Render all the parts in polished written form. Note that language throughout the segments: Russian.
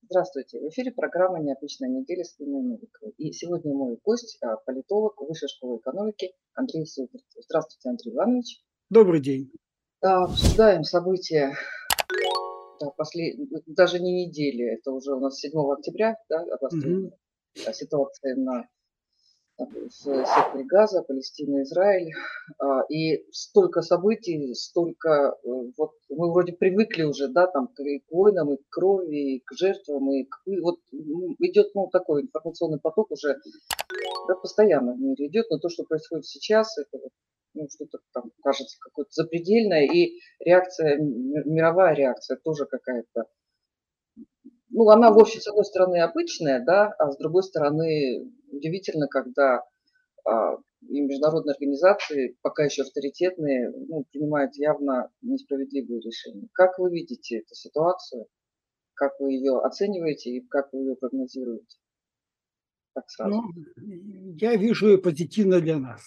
Здравствуйте. В эфире программа «Необычная неделя» с Ниной Новиковой. И сегодня мой гость, политолог Высшей школы экономики Андрей Супер. Здравствуйте, Андрей Иванович. Добрый день. Обсуждаем события даже не недели, это уже у нас 7 октября, да, Мгм. обострение ситуации в секторе Газа, Палестина, Израиль. И столько событий, вот мы вроде привыкли уже, да, там и к войнам, и к крови, и к жертвам, и вот идет, такой информационный поток уже, да, постоянно в мире идет, но то, что происходит сейчас, это вот, что-то там кажется какое-то запредельное, и мировая реакция тоже какая-то, она, в общем, с одной стороны, обычная, да, а с другой стороны, удивительно, когда и международные организации, пока еще авторитетные, принимают явно несправедливые решения. Как вы видите эту ситуацию? Как вы ее оцениваете и как вы ее прогнозируете? Так Ну, сразу. я вижу её позитивно для нас.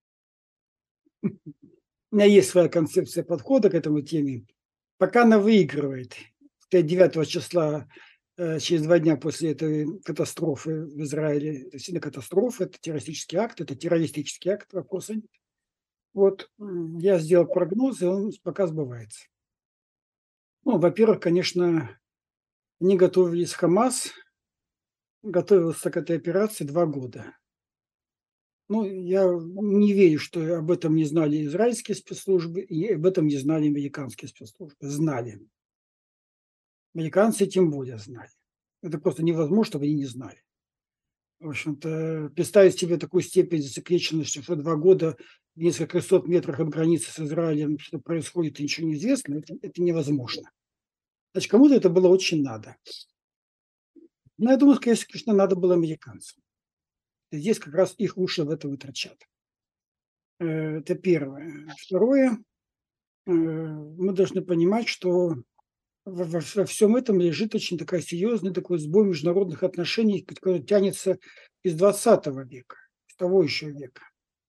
У меня есть своя концепция подхода к этому теме. Пока она выигрывает. 9 числа, через 2 дня после этой катастрофы в Израиле, это сильно катастрофа, это террористический акт, вопроса нет. Вот, я сделал прогноз, и он пока сбывается. Ну, во-первых, конечно, они готовились, Хамас готовился к этой операции 2 года. Ну, я не верю, что об этом не знали израильские спецслужбы и об этом не знали американские спецслужбы. Знали. Американцы тем более знали. Это просто невозможно, чтобы они не знали. В общем-то, представить себе такую степень засекреченности, что 2 года в нескольких сот метрах от границы с Израилем что происходит и ничего не известно, это невозможно. Значит, кому-то это было очень надо. Но я думаю, конечно, надо было американцам. И здесь как раз их уши в это вытрачат. Это первое. Второе, мы должны понимать, что во всем этом лежит очень такая серьезный такой сбой международных отношений, который тянется из 20 века, с того еще века.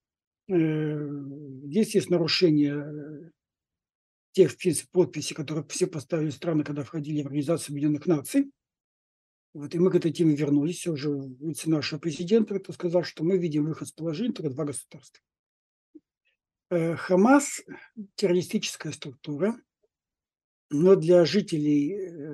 Здесь есть нарушение тех, в принципе, подписей, которые все поставили страны, когда входили в Организацию Объединенных Наций. Вот, и мы к этой теме вернулись. Уже вице-нашего президента это сказал, что мы видим выход с положения только два государства. Хамас – террористическая структура, но для жителей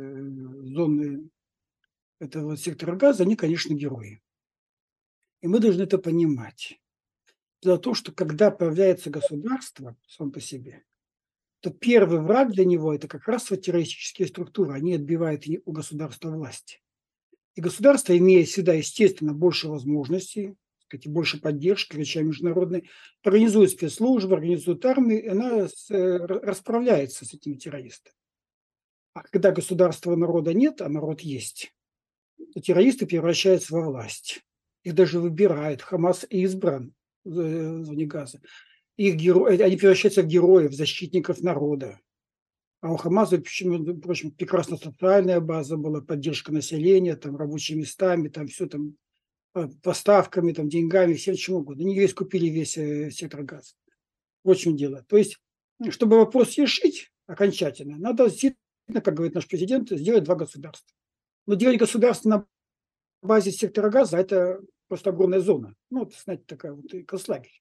зоны этого сектора Газа они, конечно, герои. И мы должны это понимать. Дело в том, что когда появляется государство сам по себе, то первый враг для него – это как раз вот террористические структуры. Они отбивают у государства власть. И государство, имея всегда, естественно, больше возможностей, так сказать, больше поддержки, речи международной, организует спецслужбы, организует армию, и она расправляется с этими террористами. А когда государства народа нет, а народ есть, то террористы превращаются во власть. Их даже выбирают. Хамас избран в зоне Газа. Они превращаются в героев, защитников народа. А у Хамаса, между прочим, прекрасная социальная база была, поддержка населения, там, рабочими местами, там все там, поставками, там, деньгами, всем чем угодно. Они весь купили весь сектор Газа. Вот в чем дело. То есть, чтобы вопрос решить окончательно, надо действительно, как говорит наш президент, сделать два государства. Но делать государство на базе сектора Газа – это просто огромная зона. Ну, вот, знаете, такая вот концлагерь.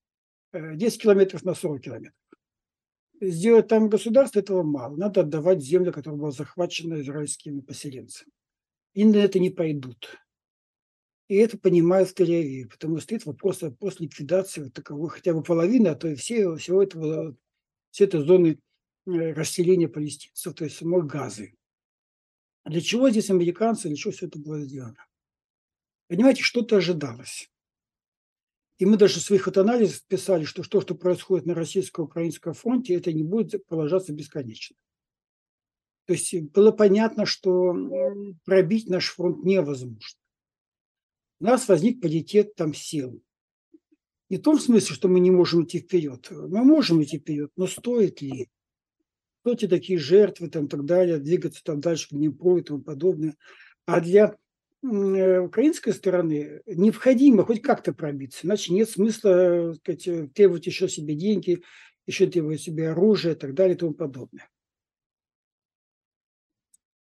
10 километров на 40 километров. Сделать там государство – этого мало. Надо отдавать землю, которая была захвачена израильскими поселенцами. И на это не пойдут. И это понимают в Тель-Авиве, потому что стоит вопрос после ликвидации вот таковой хотя бы половины, а то и всей этой зоны расселения палестинцев, то есть самой Газы. А для чего здесь американцы, для чего все это было сделано? Понимаете, что-то ожидалось. И мы даже в своих вот анализах писали, что то, что происходит на российско-украинском фронте, это не будет продолжаться бесконечно. То есть было понятно, что пробить наш фронт невозможно. У нас возник паритет там сил. Не в том смысле, что мы не можем идти вперед. Мы можем идти вперед, но стоит ли? Стоит ли такие жертвы там, и так далее, двигаться там дальше к Днепру и тому подобное. А для украинской стороны необходимо хоть как-то пробиться, иначе нет смысла сказать, требовать еще себе деньги, еще требовать себе оружие и так далее и тому подобное.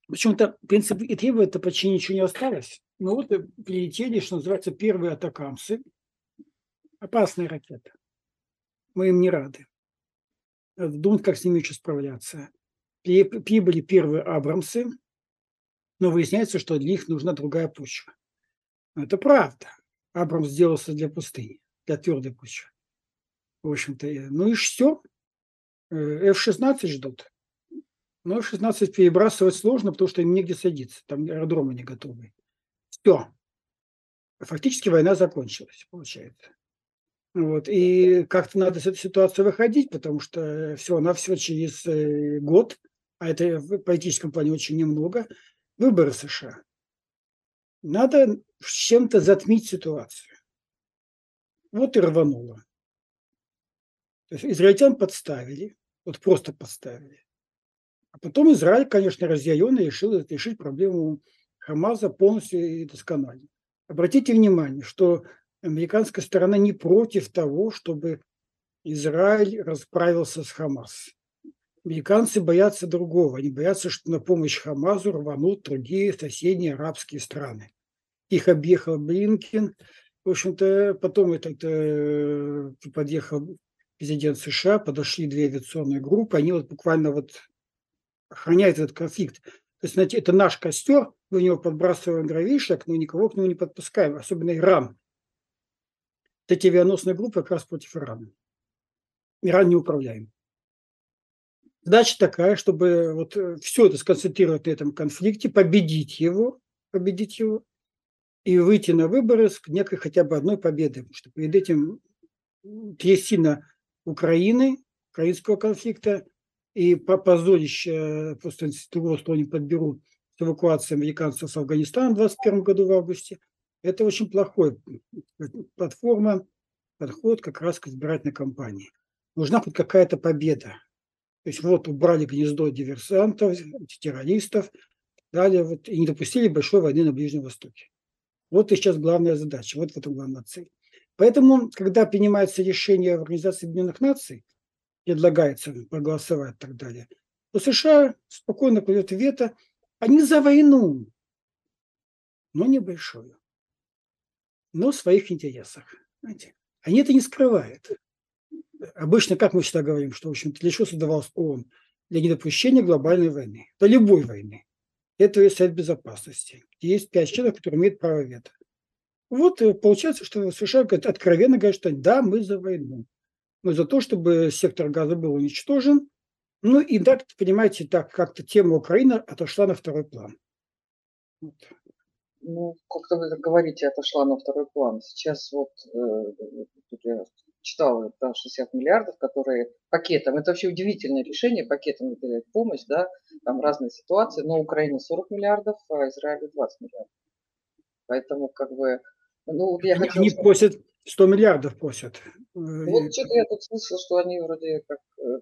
Почему-то принцип и требует, почти ничего не осталось. Но вот прилетели, что называется, первые атакамсы. Опасная ракета. Мы им не рады. Думают, как с ними еще справляться. Прибыли первые Абрамсы, но выясняется, что для них нужна другая почва. Но это правда. Абрамс сделался для пустыни, для твердой почвы. В общем-то, ну и все. F-16 ждут. Но F-16 перебрасывать сложно, потому что им негде садиться. Там аэродромы не готовы. Все. Фактически война закончилась, получается. Вот. И как-то надо с этой ситуации выходить, потому что всего-навсего через год, а это в политическом плане очень немного, выборы США. Надо с чем-то затмить ситуацию. Вот и рвануло. То есть израильтян подставили, вот просто подставили. А потом Израиль, конечно, разъяренный, решил решить проблему Хамаса полностью и досконально. Обратите внимание, что американская сторона не против того, чтобы Израиль расправился с Хамас. Американцы боятся другого. Они боятся, что на помощь Хамасу рванут другие соседние арабские страны. Их объехал Блинкен. В общем-то, потом подъехал президент США, подошли две авиационные группы. Они вот буквально вот охраняют этот конфликт. То есть, знаете, это наш костер, мы в него подбрасываем дровишек, но никого к нему не подпускаем, особенно Иран. Вот эти авианосные группы как раз против Ирана. Иран не управляем. Задача такая, чтобы вот все это сконцентрировать на этом конфликте, победить его и выйти на выборы с некой хотя бы одной победой. Потому что перед этим трясина Украины, украинского конфликта и позорище, просто с другой стороны подберу, с эвакуацией американцев с Афганистана в 2021 году в августе. Это очень плохой платформа, подход как раз к избирательной кампании. Нужна хоть какая-то победа. То есть вот убрали гнездо диверсантов, террористов, далее вот, и не допустили большой войны на Ближнем Востоке. Вот и сейчас главная задача, вот в этом главная цель. Поэтому, когда принимается решение в Организации Объединенных Наций, предлагается проголосовать и так далее, то США спокойно кладет вето, они за войну, но небольшую, но в своих интересах. Знаете. Они это не скрывают. Обычно, как мы всегда говорим, что, в общем-то, для чего создавалась ООН? Для недопущения глобальной войны, для любой войны. Это есть Совет Безопасности, где есть 5 членов, которые имеют право вето. Вот получается, что США откровенно говорят, что да, мы за войну. Мы за то, чтобы сектор Газа был уничтожен. Ну и да, понимаете, так как-то тема Украины отошла на второй план. Вот. Ну, как-то вы так говорите, отошла на второй план. Сейчас вот тут я читала, да, 60 миллиардов, которые пакетом, это вообще удивительное решение, пакетом выделять помощь, да, там разные ситуации, но Украине 40 миллиардов, а Израилю 20 миллиардов. Поэтому как бы, ну, вот я хотела... Они просят, 100 миллиардов просят. Вот что-то я тут слышала, что они вроде как,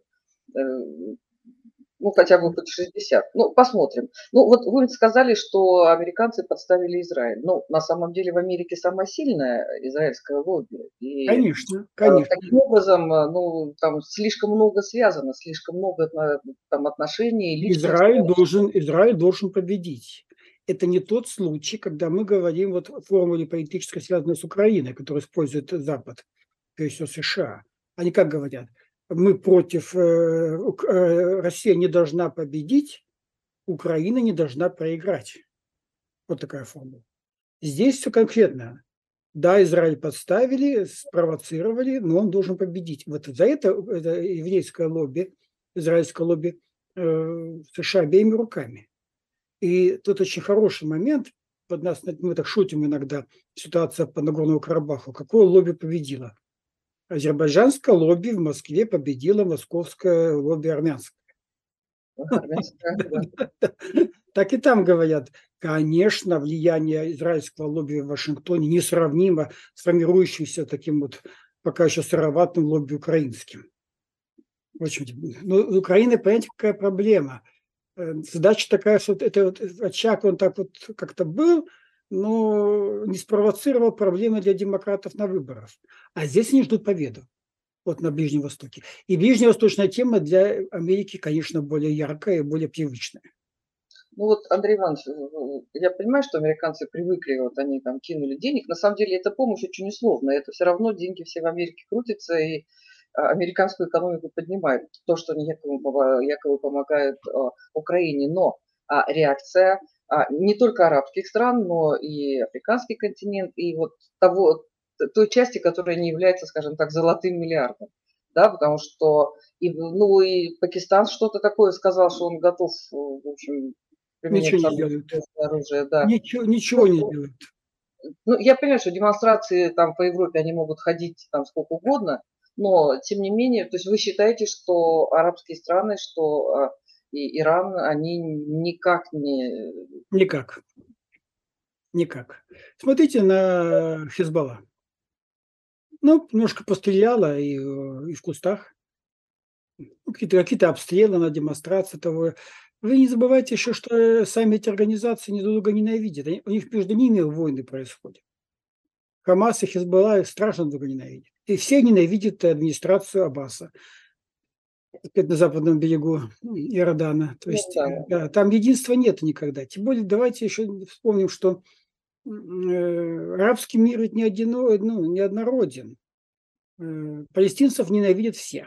ну, хотя бы хоть 60. Ну, посмотрим. Ну, вот вы сказали, что американцы подставили Израиль. Ну, на самом деле в Америке самое сильное израильское лобби. И Конечно, конечно. таким образом, ну, там слишком много связано, слишком много там отношений, личных связей. Израиль должен победить. Это не тот случай, когда мы говорим вот о формуле политической, связанной с Украиной, которую использует Запад, то есть США. Они как говорят? Мы против, Россия не должна победить, Украина не должна проиграть. Вот такая формула. Здесь все конкретно. Да, Израиль подставили, спровоцировали, но он должен победить. Вот за это еврейское лобби, израильское лобби США обеими руками. И тут очень хороший момент, под нас, мы так шутим иногда, ситуация по Нагорному Карабаху. Какое лобби победило? Азербайджанское лобби в Москве победило московское лобби армянское. Так и там говорят, конечно, влияние израильского лобби в Вашингтоне несравнимо с формирующимся таким вот пока еще сыроватым лобби украинским. В общем, ну, у Украины, понимаете, какая проблема? Задача такая, что это вот очаг, он так вот как-то был, но не спровоцировал проблемы для демократов на выборах. А здесь они ждут победу. Вот на Ближнем Востоке. И ближневосточная тема для Америки, конечно, более яркая и более привычная. Ну вот, Андрей Иванович, я понимаю, что американцы привыкли, вот они там кинули денег. На самом деле эта помощь очень условная. Это все равно деньги все в Америке крутятся и американскую экономику поднимают. То, что они якобы помогают Украине. Но реакция не только арабских стран, но и африканский континент, и вот той части, которая не является, скажем так, золотым миллиардом. Да, потому что ну, и Пакистан что-то такое сказал, что он готов, в общем, Ничего применять не самое сделают. серьезное оружие, да. Ничего Ну, не сделают. ну, я понимаю, что демонстрации там по Европе, они могут ходить там сколько угодно, но тем не менее, то есть вы считаете, что арабские страны, что и Иран, они никак не... Никак. Никак. Смотрите на Хизбалла. Ну, немножко постреляла и в кустах. Ну, какие-то обстрелы на демонстрации того. Вы не забывайте еще, что сами эти организации друг друга ненавидят. У них между ними войны происходят. Хамас и Хизбалла страшно друг друга ненавидят. И все ненавидят администрацию Аббаса, опять на западном берегу Иордана. То Ну, есть да. да, там единства нет никогда. Тем более давайте еще вспомним, что арабский мир ведь не однороден. Палестинцев ненавидят все.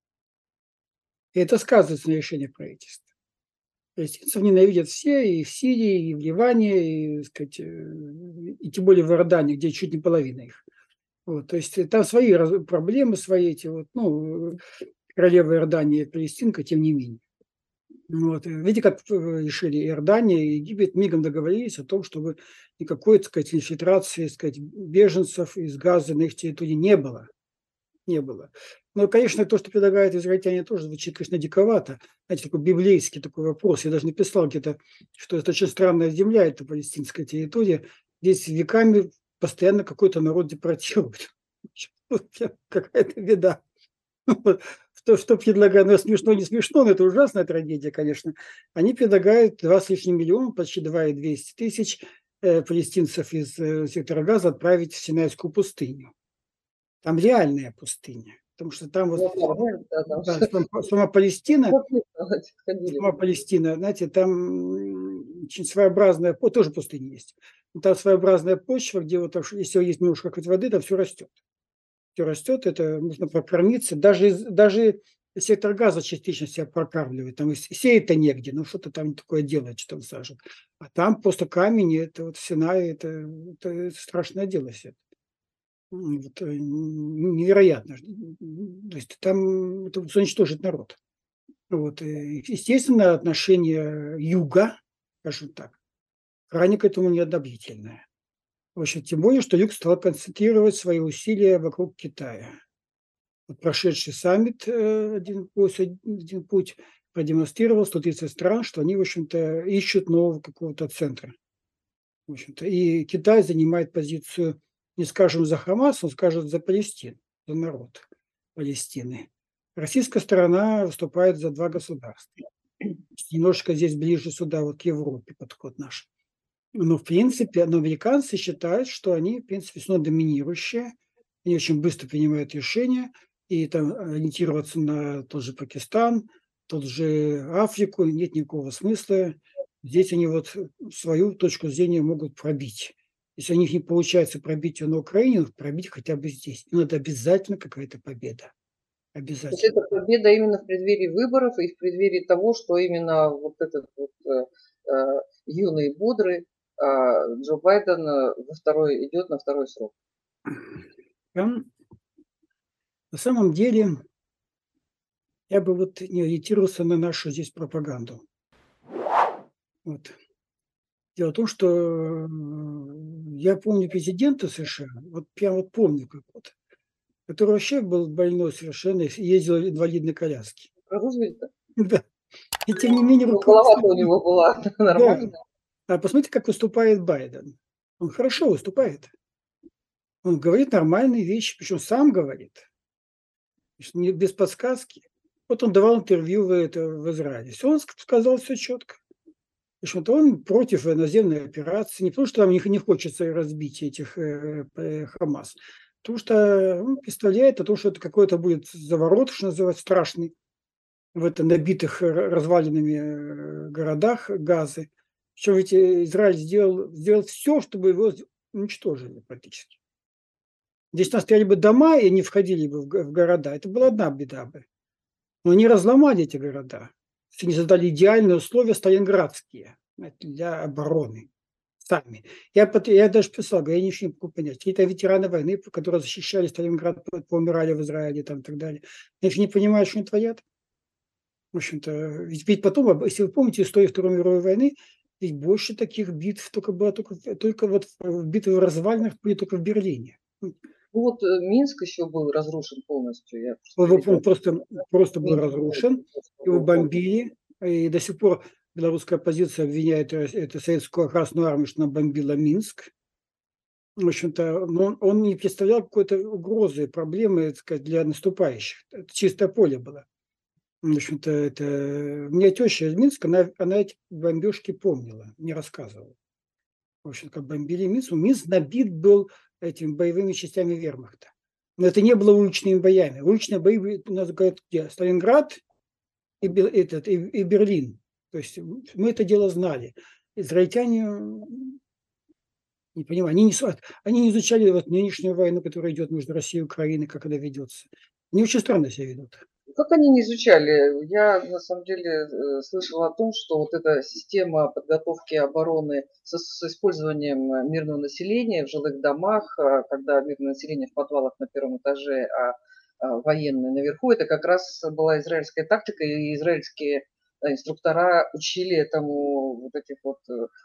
И это сказывается на решении правительства. Палестинцев ненавидят все, и в Сирии, и в Ливане, и, так сказать, и тем более в Иордании, где чуть не половина их. Вот, то есть там свои проблемы, свои эти вот, ну, королева Иордании палестинка, тем не менее. Вот. Видите, как решили Иордания и Египет мигом договорились о том, чтобы никакой, так сказать, инфильтрации, так сказать, беженцев из Газа на их территории не было. Не было. Но, конечно, то, что предлагают израильтяне, тоже звучит, конечно, диковато. Знаете, такой библейский такой вопрос. Я даже написал где-то, что это очень странная земля, это палестинская территория. Здесь веками постоянно какой-то народ депортируют. Какая-то беда. Вот. Что предлагают, ну, смешно, не смешно, но это ужасная трагедия, конечно. Они предлагают 2 с лишним миллиона, почти 2,2 тысяч палестинцев из сектора Газа отправить в Синайскую пустыню. Там реальная пустыня, потому что там вот Вот нормально, да, там да, сама Палестина, ходили. знаете, там очень своеобразная, тоже пустыня есть. Но там своеобразная почва, где вот если есть немножко хоть воды, там все растет. Все растет, это нужно прокормиться. Даже сектор Газа частично себя прокармливает. Там и сеять-то негде, ну что-то там такое делать, что там сажают. А там просто камень, и это вот в Синае, это страшное дело все. Вот, невероятно. То есть там это уничтожит народ. Вот, и, естественно, отношение Юга, скажем так, крайне к этому неодобрительное. В общем, тем более, что Юг стал концентрировать свои усилия вокруг Китая. Вот прошедший саммит «Один путь» продемонстрировал 130 стран, что они, в общем-то, ищут нового какого-то центра. В общем-то, и Китай занимает позицию, не скажем за Хамас, он скажет за Палестину, за народ Палестины. Российская сторона выступает за 2 государства. Немножко здесь ближе сюда, вот к Европе подход наш. Но, в принципе, но американцы считают, что они, в принципе, все равно доминирующие, они очень быстро принимают решения, и там ориентироваться на тот же Пакистан, тот же Африку нет никакого смысла. Здесь они вот свою точку зрения могут пробить. Если у них не получается пробить ее на Украине, пробить хотя бы здесь. Но это обязательно какая-то победа. То есть Обязательно. это победа именно в преддверии выборов и в преддверии того, что именно вот этот вот юный и бодрый Джо Байден идет на второй срок. Там, на самом деле, я бы вот не ориентировался на нашу здесь пропаганду. Вот. Дело в том, что я помню президента США, вот прям вот помню как вот, который вообще был больной совершенно, ездил в инвалидной коляске. Про Рузвельта? Да. И тем не менее Ну, руководство. голова-то у него была Да. нормальная. А посмотрите, как выступает Байден. Он хорошо выступает. Он говорит нормальные вещи, причем сам говорит, без подсказки. Вот он давал интервью в Израиле. Все он сказал все четко. В общем-то, он против наземной операции, не потому что там не хочется разбить этих Хамас, потому что он представляет о том, что это какой-то будет заворот, что называется, страшный. в это набитых развалинами городах Газы. Причем ведь Израиль сделал все, чтобы его уничтожили практически. Здесь у нас стояли бы дома, и они входили бы в города. Это была одна беда бы. Но они разломали эти города. Они создали идеальные условия сталинградские для обороны сами. Я даже писал, говорю, я ничего не могу понять. Какие-то ветераны войны, которые защищали Сталинград, поумирали в Израиле там, и так далее. Я еще не понимаю, что они творят. В общем-то, ведь потом, если вы помните историю Второй мировой войны, ведь больше таких битв только вот битвы в развалинах были только в Берлине. Ну вот Минск еще был разрушен полностью. Я Он просто был Минск разрушен, его был бомбили, и до сих пор белорусская оппозиция обвиняет эту советскую Красную Армию, что она бомбила Минск. В общем-то, но он не представлял какой-то угрозы, проблемы, так сказать, для наступающих. Это чистое поле было. В общем-то, это... У меня теща из Минска, она эти бомбежки помнила, не рассказывала. В общем, как бомбили Минск. Минск набит был этими боевыми частями вермахта. Но это не было уличными боями. Уличные бои у нас, говорят, где? Сталинград и Берлин. То есть мы это дело знали. Израильтяне, не понимаю, они не изучали вот нынешнюю войну, которая идет между Россией и Украиной, как она ведется. Они очень странно себя ведут. Как они не изучали? Я на самом деле слышала о том, что вот эта система подготовки обороны с использованием мирного населения в жилых домах, когда мирное население в подвалах на первом этаже, военные наверху, это как раз была израильская тактика, и израильские инструктора учили этому вот этих вот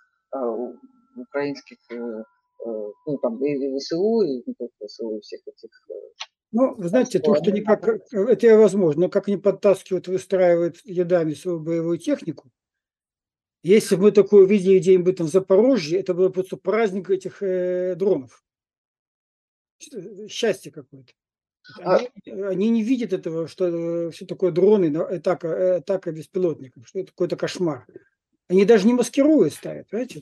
украинских, ну там и ВСУ, и не только ВСУ, и всех этих. Ну, вы знаете, то, что никак, это возможно, но как они подтаскивают, выстраивают рядами свою боевую технику. Если бы мы такое увидели где-нибудь там в Запорожье, это было просто праздник этих дронов. Счастье какое-то. Они не видят этого, что такое дроны, атака беспилотников, что это какой-то кошмар. Они даже не маскируют, ставят, понимаете?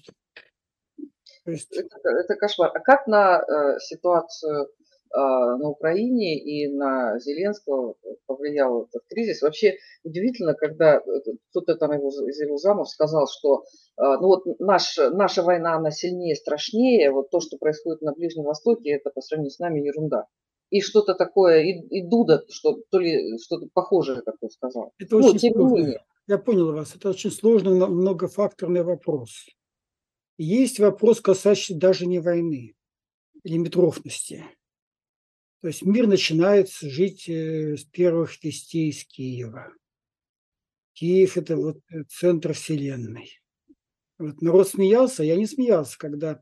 То есть... Это кошмар. А как на ситуацию на Украине и на Зеленского повлиял этот кризис? Вообще удивительно, когда кто-то там из его замов сказал, что ну вот наша война, она сильнее, страшнее, вот то, что происходит на Ближнем Востоке, это по сравнению с нами ерунда. И что-то такое, и Дуда, то ли что-то похожее такое сказал. Это Ну, очень тем не сложно. менее. Я понял вас. Это очень сложный, многофакторный вопрос. Есть вопрос, касающийся даже не войны, лимитрофности. То есть мир начинает жить с первых вестей из Киева. Киев – это вот центр вселенной. Вот народ смеялся, я не смеялся, когда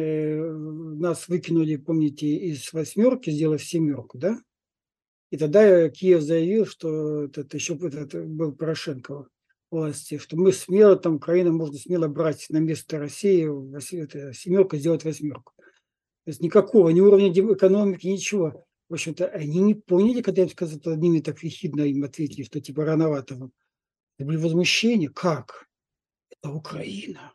нас выкинули, помните, из восьмерки, сделав семерку, да? И тогда Киев заявил, что это еще это был Порошенко власти, что мы смело, там Украина можно смело брать на место России семерку, сделать восьмерку. То есть никакого, ни уровня экономики, ничего. В общем-то, они не поняли, когда я сказал, одними так ехидно им ответили, что типа рановато вам. Это были возмущения. Как? Это Украина.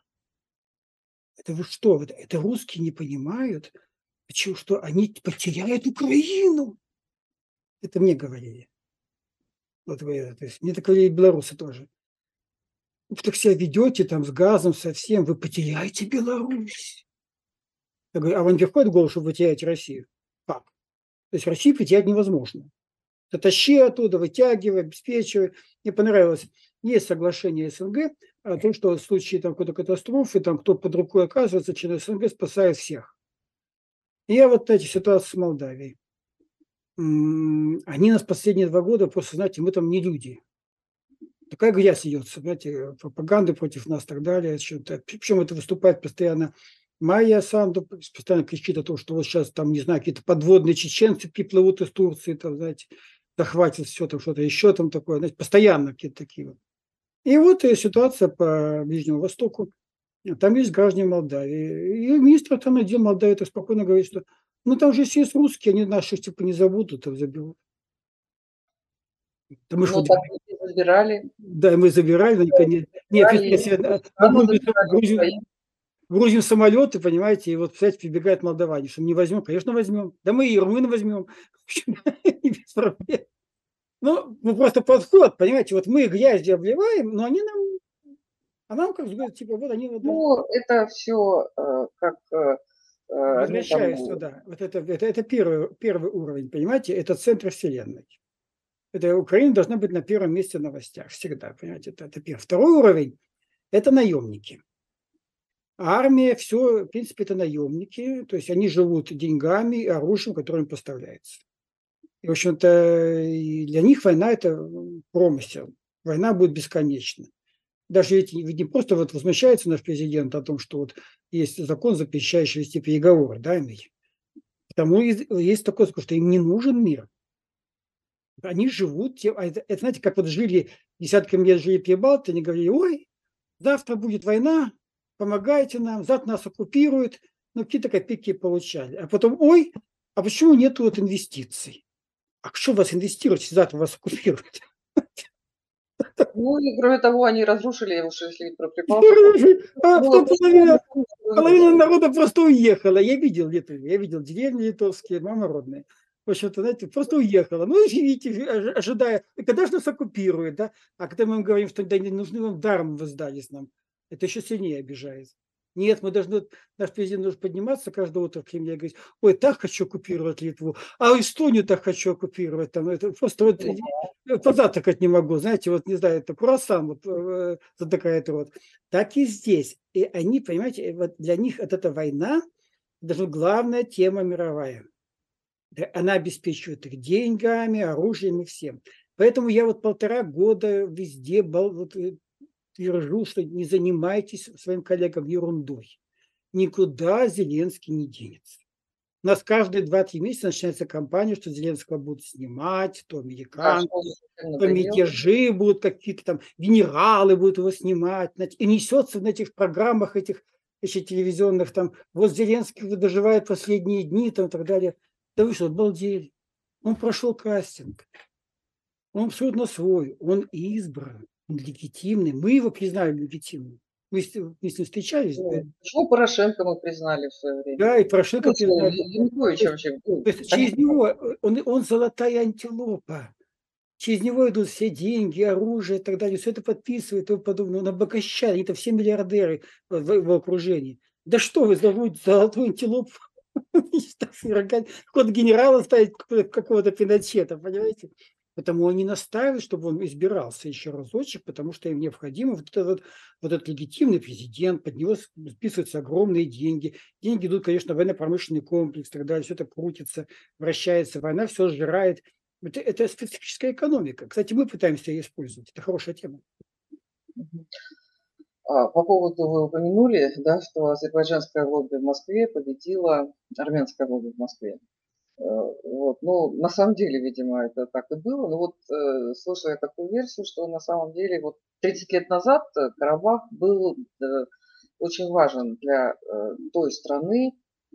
Это вы что? Это русские не понимают, почему, что они потеряют Украину. Это мне говорили. Вот вы, то есть мне так говорили белорусы тоже. Вы так себя ведете там с газом, со всем, вы потеряете Беларусь. Я говорю, а вам не приходит в голову, что вы потеряете Россию? Как? То есть Россию потерять невозможно. Тащи оттуда, вытягивай, обеспечивай. Мне понравилось. Есть соглашение СНГ о том, что в случае там, какой-то катастрофы, там, кто под рукой оказывается, через СНГ спасает всех. И я вот эти ситуации с Молдавией. Они нас последние 2 года просто, знаете, мы там не люди. Такая грязь идет, знаете, пропаганды против нас и так далее. Причем это выступает постоянно Майя Санду, постоянно кричит о том, что вот сейчас там, не знаю, какие-то подводные чеченцы приплывут из Турции, там, знаете, захватят все там, что-то еще там такое, знаете, постоянно какие-то такие вот. И вот ситуация по Ближнему Востоку. Там есть граждане Молдавии. И министр иностранных дел Молдавии так спокойно говорит, что ну там же если есть русские, они наших типа не забудут, а заберут. Да мы Ну, так и забирали. Да, мы забирали, но нет, грузим самолеты, понимаете, и вот, представляете, прибегает молдаване, что не возьмем, конечно, возьмем. Да мы и румын возьмем. В общем, без проблем. Ну, ну, просто подход, понимаете, вот мы грязью обливаем, но они нам, а нам как бы, типа, вот они вот должны Ну, это все как, они там, возвращаясь туда. Вот это первый уровень, понимаете, это центр вселенной. Это Украина должна быть на первом месте в новостях всегда, понимаете, это первый. Второй уровень – это наемники. Армия, все, в принципе, это наемники, то есть они живут деньгами и оружием, которое им поставляется. И, в общем-то, и для них война – это промысел. Война будет бесконечна. Даже ведь не просто вот возмущается наш президент о том, что вот есть закон, запрещающий вести переговоры, да, потому есть такое, что им не нужен мир. Они живут, это знаете, как вот жили десятками лет жили Прибалты, они говорили, ой, завтра будет война, помогайте нам, завтра нас оккупируют, ну какие-то копейки получали. А потом, ой, а почему нет вот инвестиций? А что вас инвестировать, если завтра вас оккупируют? ну и кроме того, они разрушили, уж если про Прибалтику, А было потом то, что они сами половина разрушили. народа просто уехала. Я видел я видел деревни литовские, мама родная. В общем-то, знаете, просто уехала. Ну, живите, ожидая. И когда же нас оккупируют, да? А когда мы им говорим, что да, не нужны вам даром, вы сдались нам, это еще сильнее обижает. Нет, мы должны, наш президент должен подниматься каждое утро в Кремле и говорить, ой, так хочу оккупировать Литву, а Эстонию так хочу оккупировать. Там, это просто вот позавтракать не могу, знаете, вот не знаю, это круассан вот затыкает рот. Так и здесь. И они, понимаете, вот для них вот эта война даже главная тема мировая. Она обеспечивает их деньгами, оружием и всем. Поэтому я вот 1,5 года везде твержу, что не занимайтесь своим коллегам ерундой. Никуда Зеленский не денется. У нас каждые 2-3 месяца начинается кампания, что Зеленского будут снимать, то Да, что он американцы, совсем то надоел. мятежи будут какие-то там, генералы будут его снимать. И несется на этих программах, этих еще телевизионных, там, вот Зеленский доживает последние дни, там, и так далее. Да вы что, обалдели? Он прошел кастинг, он абсолютно свой, он избран, он легитимный. Мы его признали легитимным. Мы с ним встречались, Ну, почему Порошенко мы признали в свое время? да, и Порошенко Ну, что, признали. То Януковича есть, вообще, ну, то есть через понятно. него он золотая антилопа. Через него идут все деньги, оружие и так далее. Все это подписывает и тому подобное. Он обогащает. Они-то все миллиардеры в его окружении. Да что вы, золотую антилопу ход генерала ставить какого-то Пиночета, понимаете? Потому они настаивают, чтобы он избирался еще разочек, потому что им необходимо вот этот легитимный президент, под него списываются огромные деньги. Деньги идут, конечно, в военно-промышленный комплекс, и так далее, все это крутится, вращается, война все сжирает. Это специфическая экономика. Кстати, мы пытаемся ее использовать. Это хорошая тема. Мгм. По поводу вы упомянули, да, что азербайджанское лобби в Москве победило армянское лобби в Москве. Вот. Ну, на самом деле, видимо, это так и было. Но вот слышала я такую версию, что на самом деле вот 30 лет назад Карабах был очень важен для той страны,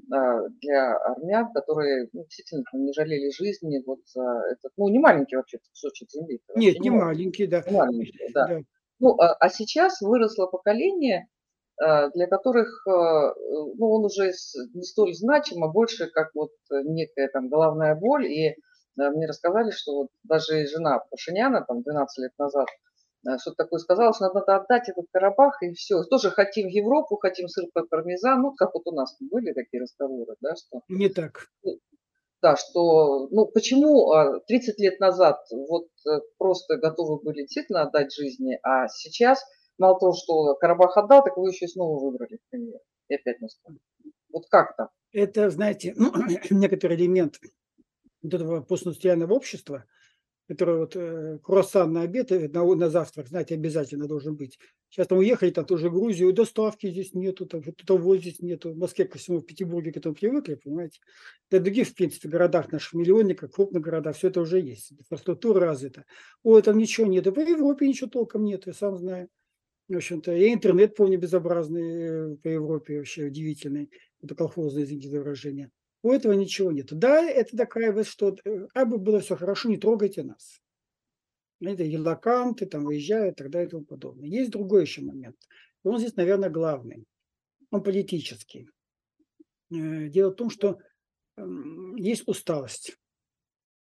для армян, которые ну, действительно там не жалели жизни вот за этот, ну, не маленький вообще кусочек земли, это вообще Нет, не не маленький, маленький, да. не маленький, да. Да. Ну, а сейчас выросло поколение, для которых, ну, он уже не столь значим, а больше как вот некая там головная боль. И мне рассказали, что вот даже жена Пашиняна там 12 лет назад что-то такое сказала, что надо отдать этот Карабах и все. Тоже хотим Европу, хотим сыр пармезан. Ну, как вот у нас были такие разговоры, да, что Не так. да, что, ну, почему 30 лет назад вот просто готовы были действительно отдать жизни, а сейчас мало того, что Карабах отдал, так вы еще и снова выбрали, к примеру, и опять настал. Вот как так? Это, знаете, ну, некоторый элемент вот этого постиндустриального общества, которое вот круассан на обед, на завтрак, знаете, обязательно должен быть. Сейчас там уехали, там тоже Грузию, доставки здесь нету, там того здесь нету. В Москве ко всему, в Петербурге к этому привыкли, понимаете. Да в других, в принципе, городах наших миллионниках, крупных городах, все это уже есть. Инфраструктура развита. Ой, там ничего нет. И по Европе ничего толком нет, я сам знаю. В общем-то, и интернет, помню, безобразный по Европе, вообще удивительный. Это колхозное, извините за выражение. У этого ничего нет. Да, это такая вот, что как бы было все хорошо, не трогайте нас. Это елоканты, там выезжают и так далее и тому подобное. Есть другой еще момент. И он здесь, наверное, главный. Он политический. Дело в том, что есть усталость.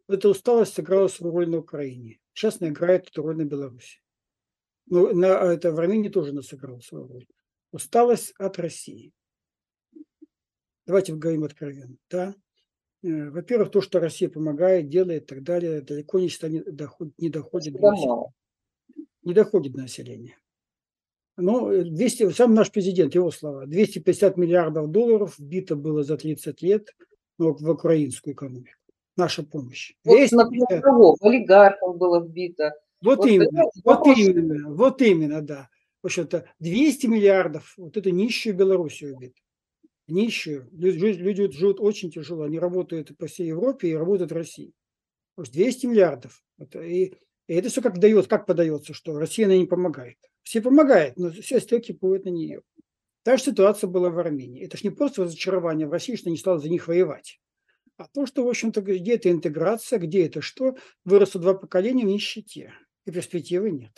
Эта усталость сыграла свою роль на Украине. Сейчас она играет эту роль на Беларуси. Ну, это в Армении тоже она сыграла свою роль. Усталость от России. Давайте поговорим откровенно. Да? Во-первых, то, что Россия помогает, делает и так далее, далеко не всегда не доходит до Всегда населения. мало. Не доходит до населения. Ну, сам наш президент, его слова, 250 миллиардов долларов вбито было за 30 лет в украинскую экономику. Наша помощь. Вот, например, 250. кого? В олигархов было вбито. Вот Вот, именно, понимаете, вот вопрос, именно, вот именно, да. В общем-то, 200 миллиардов, вот это нищую Белоруссию убит. Нищую. Люди живут очень тяжело. Они работают по всей Европе и работают в России. То есть 200 миллиардов. И это все как дает, как подается, что Россия на не помогает. Все помогают, но все стеки кипуют на нее. Та же ситуация была в Армении. Это же не просто разочарование в России, что не стала за них воевать. А то, что, в общем-то, где это интеграция, где это что, выросло 2 поколения в нищете. И перспективы нет.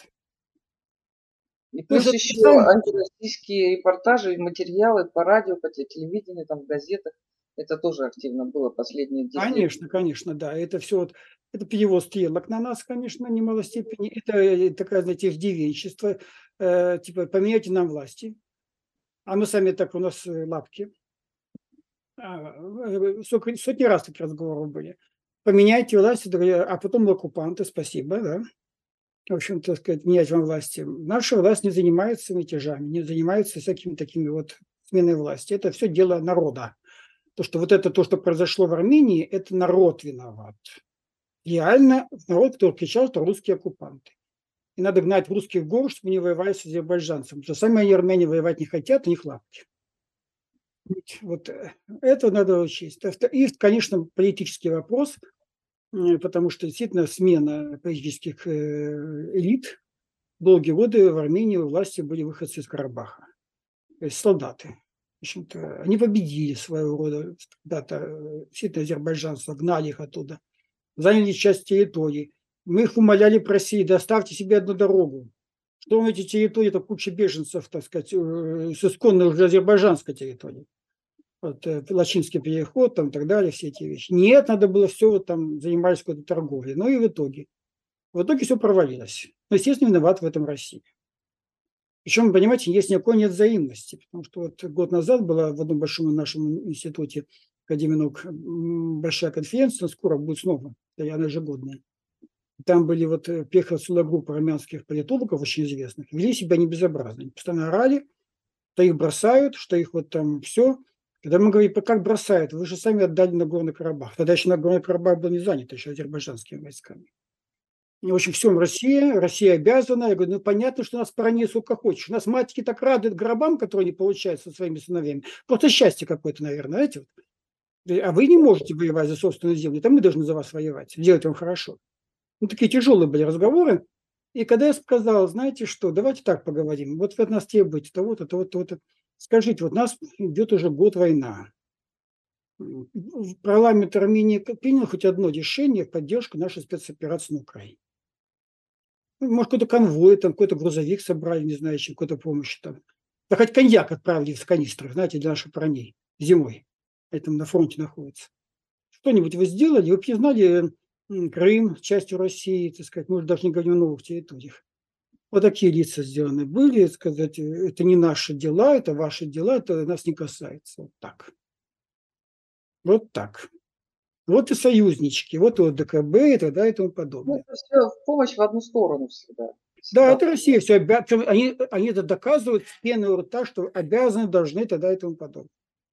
и Мы плюс же еще сами, антироссийские репортажи и материалы по радио, по телевидению, там, в газетах. Это тоже активно было последние 10 лет. конечно, да. Это все вот, это перевод стрелок на нас, конечно, в немалой степени. Это такая, знаете, вдевенчество, типа поменяйте нам власти. А мы сами так, у нас лапки. Сотни раз такие разговоры были. Поменяйте власти, а потом оккупанты, спасибо, да. В общем, так сказать, менять вам власти. Наша власть не занимается мятежами, не занимается всякими такими вот сменой власти. Это все дело народа. То, что вот это то, что произошло в Армении, это народ виноват. Реально народ, который кричал, что русские оккупанты. И надо гнать русских в гору, чтобы не воевали с азербайджанцами. Потому что сами они, армяне, воевать не хотят, у них лапки. Вот это надо учесть. И, конечно, политический вопрос, потому что действительно смена политических элит. Долгие годы в Армении у власти были выходцы из Карабаха, то есть солдаты. В общем-то, они победили своего рода когда-то действительно азербайджанцев, гнали их оттуда, заняли часть территории. Мы их умоляли просить, доставьте себе одну дорогу. Что эти территории, это куча беженцев, так сказать, с исконной уже азербайджанской территории. Вот, Лачинский переход, там, и так далее, все эти вещи. Нет, надо было все вот там занимались какой-то торговлей. Ну и в итоге все провалилось. Но, естественно, виноват в этом Россия. Причем, понимаете, есть никакой нет взаимности. Потому что вот год назад была в одном большом нашем институте Академии наук большая конференция, скоро будет снова, она ежегодная. Там были приехала целая группа армянских политологов, очень известных, вели себя не безобразно. Они постоянно орали, что их бросают, что их вот там все. Когда мы говорим, как бросают, вы же сами отдали Нагорный Карабах. Тогда еще Нагорный Карабах был не занят еще азербайджанскими войсками. И, в общем, всем Россия обязана. Я говорю, ну понятно, что нас порони сколько хочешь. У нас матери так рады гробам, которые они получают со своими сыновьями. Просто счастье какое-то, наверное, знаете. А вы не можете воевать за собственную землю, это мы должны за вас воевать, делать вам хорошо. Ну, такие тяжелые были разговоры. И когда я сказал, знаете что, давайте так поговорим. Вот вы от нас требуете того-то, того-то, того-то. Скажите, вот у нас идет уже год война. Парламент Армении принял хоть одно решение в поддержку нашей спецоперации на Украине. Ну, может, какой-то конвой, там какой-то грузовик собрали, не знаю, чем какой-то помощи там. Да хоть коньяк отправили в канистрах, знаете, для наших парней зимой. Это на фронте находится. Что-нибудь вы сделали? Вы признали Крым частью России, так сказать, может, даже не говорим о новых территориях. Вот такие лица сделаны были, сказать, это не наши дела, это ваши дела, это нас не касается. Вот так. Вот так. Вот и союзнички, вот и ОДКБ и так далее и тому Ну, подобное. это все в помощь в одну сторону всегда. Да, Всегда. это Россия все они это доказывают с пены у рта, что обязаны, должны, тогда и тому подобное.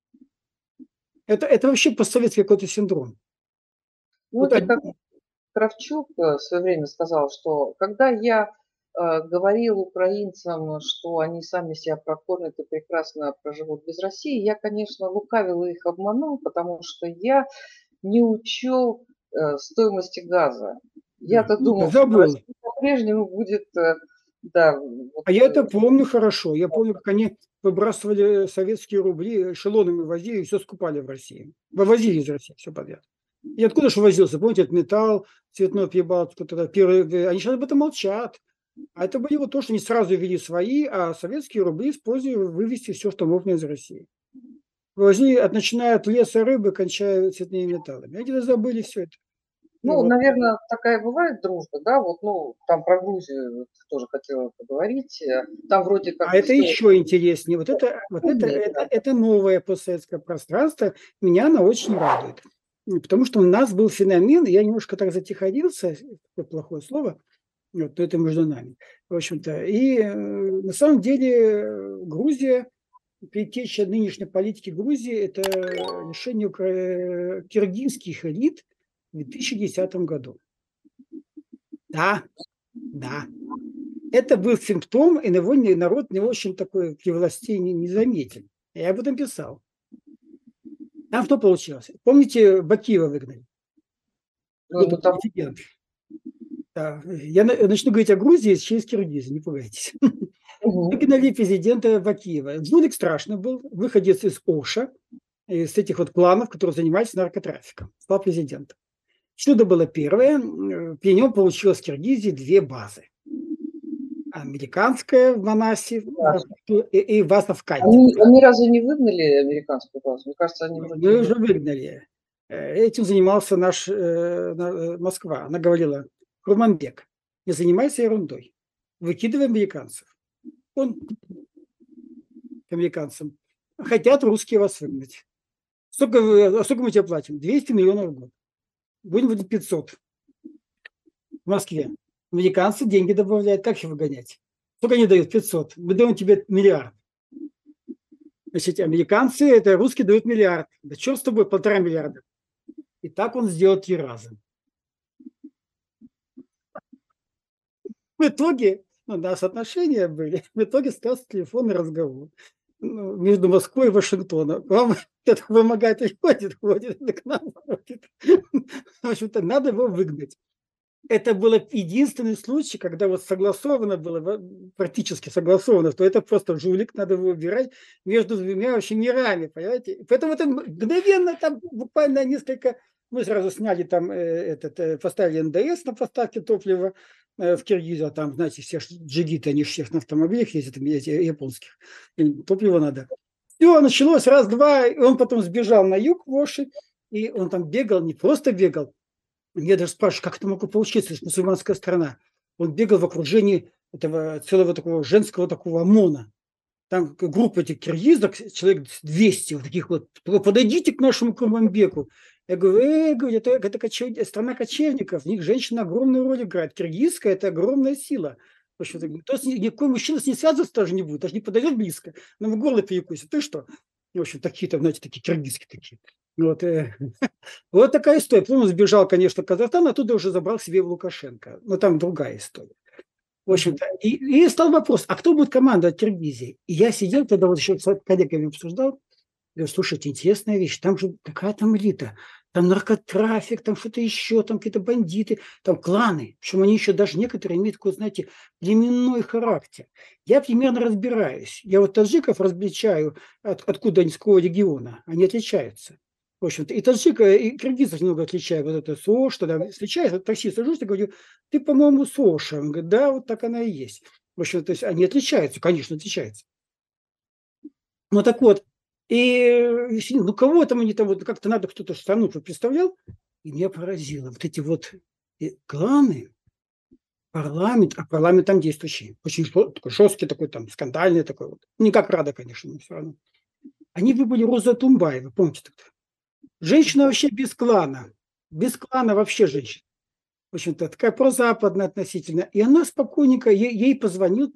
Это вообще постсоветский какой-то синдром. Ну, Вот это как Кравчук в свое время сказал, что когда я говорил украинцам, что они сами себя прокормят и прекрасно проживут без России, я, конечно, лукавил и их обманул, потому что я не учел стоимости газа. Я-то думал, что забыл. Россия по-прежнему будет, да, вот, А я это помню хорошо. Я помню, как они выбрасывали советские рубли, эшелонами возили и все скупали в России. Вывозили из России все подряд. И откуда же возился? Помните, этот металл, цветной Прибалтику, тогда первые, они сейчас об этом молчат. А это были вот то, что они сразу ввели свои, а советские рубли использовали вывести все, что можно из России. Вывозили, начиная от леса, рыбы, кончая цветными металлами. Они забыли все это. Ну, Вот. наверное, такая бывает дружба, да, вот, ну, там про Грузию вот тоже хотела поговорить. Там вроде как А это все еще интереснее. Это новое постсоветское пространство. Меня оно очень радует. Потому что у нас был феномен, я немножко так затихарился, такое плохое слово, вот, но это между нами, в общем-то. И на самом деле Грузия, предтеча нынешней политики Грузии, это решение киргизских элит в 2010 году. Да, да. Это был симптом, и его народ не очень такой при власти не заметил. Я об этом писал. Там что получилось? Помните, Бакиева выгнали? ну, там, Президент. Да. Я начну говорить о Грузии через Киргизию, не пугайтесь. Выгнали президента Бакиева. Жулик страшно был, выходец из Оша, из этих вот кланов, которые занимались наркотрафиком. Стал президентом. Чудо было первое. При нем получилось в Киргизии 2 базы. Американская в Манасе и база в Канте. Они разве не выгнали американскую базу? Мне кажется, они вроде Мы уже выгнали. Этим занимался Москва. Она говорила: Курманбек, не занимайся ерундой. Выкидывай американцев. Он к американцам. Хотят русские вас выгнать. Сколько мы тебе платим? 200 миллионов в год. Будем выдать 500 в Москве. Американцы деньги добавляют. Как их выгонять? Сколько они дают? 500. Мы даем тебе миллиард. Значит, американцы, это русские дают миллиард. Да черт с тобой, 1,5 миллиарда. И так он сделал 3 раза. В итоге, у нас отношения были, в итоге стал телефонный разговор между Москвой и Вашингтоном. Вам этот вымогатель ходит к нам ходит. В общем-то, надо его выгнать. Это был единственный случай, когда вот согласовано было, практически согласовано, что это просто жулик, надо его убирать между 2 вообще мирами, понимаете? Поэтому это мгновенно, там буквально несколько... Мы сразу сняли там, поставили НДС на поставки топлива в Киргизию, а там, знаете, все джигиты, они всех на автомобилях ездят, эти японских, им топливо надо. Все, началось раз-два, и он потом сбежал на юг в Оши, и он там бегал, не просто бегал, я даже спрашиваю, как это могло получиться, это мусульманская страна. Он бегал в окружении этого целого такого женского такого ОМОНа. Там группа этих киргизок, человек 200, вот таких вот, подойдите к нашему Курманбеку. Я говорю, это страна кочевников, в них женщина огромную роль играет. Киргизская – это огромная сила. В общем-то, никакой мужчина с ней связываться даже не будет, даже не подойдет близко. Но в горло перекусит. Ты что? В общем, такие там, знаете, такие киргизские такие. Вот, вот такая история. Потом он сбежал, конечно, в Казахстан, оттуда уже забрал себе в Лукашенко. Но там другая история. В общем-то, и стал вопрос, а кто будет командовать Киргизией? И я сидел тогда вот еще с коллегами обсуждал, говорю, слушайте, интересная вещь, там же какая там элита, там наркотрафик, там что-то еще, там какие-то бандиты, там кланы, причем они еще даже некоторые имеют такой, знаете, племенной характер. Я примерно разбираюсь. Я вот таджиков различаю, откуда они, с какого региона, они отличаются. В общем-то, и таджика, и киргизов немного отличают. Вот это СОШ, тогда встречаюсь, такси сажусь, и говорю, ты, по-моему, СОШа. Он говорит, да, вот так она и есть. В общем, то есть они отличаются, конечно, отличаются. Ну так вот, и ну кого там они там, вот как-то надо кто-то страну представлял, и меня поразило. Вот эти вот кланы, парламент, а парламент там действующий, очень такой жесткий такой, там, скандальный такой вот. Не как Рада, конечно, но все равно. Они выбрали Розу Тумбаеву, помните тогда? Женщина вообще без клана вообще женщина. В общем-то, такая прозападная относительно. И она спокойненько, ей позвонил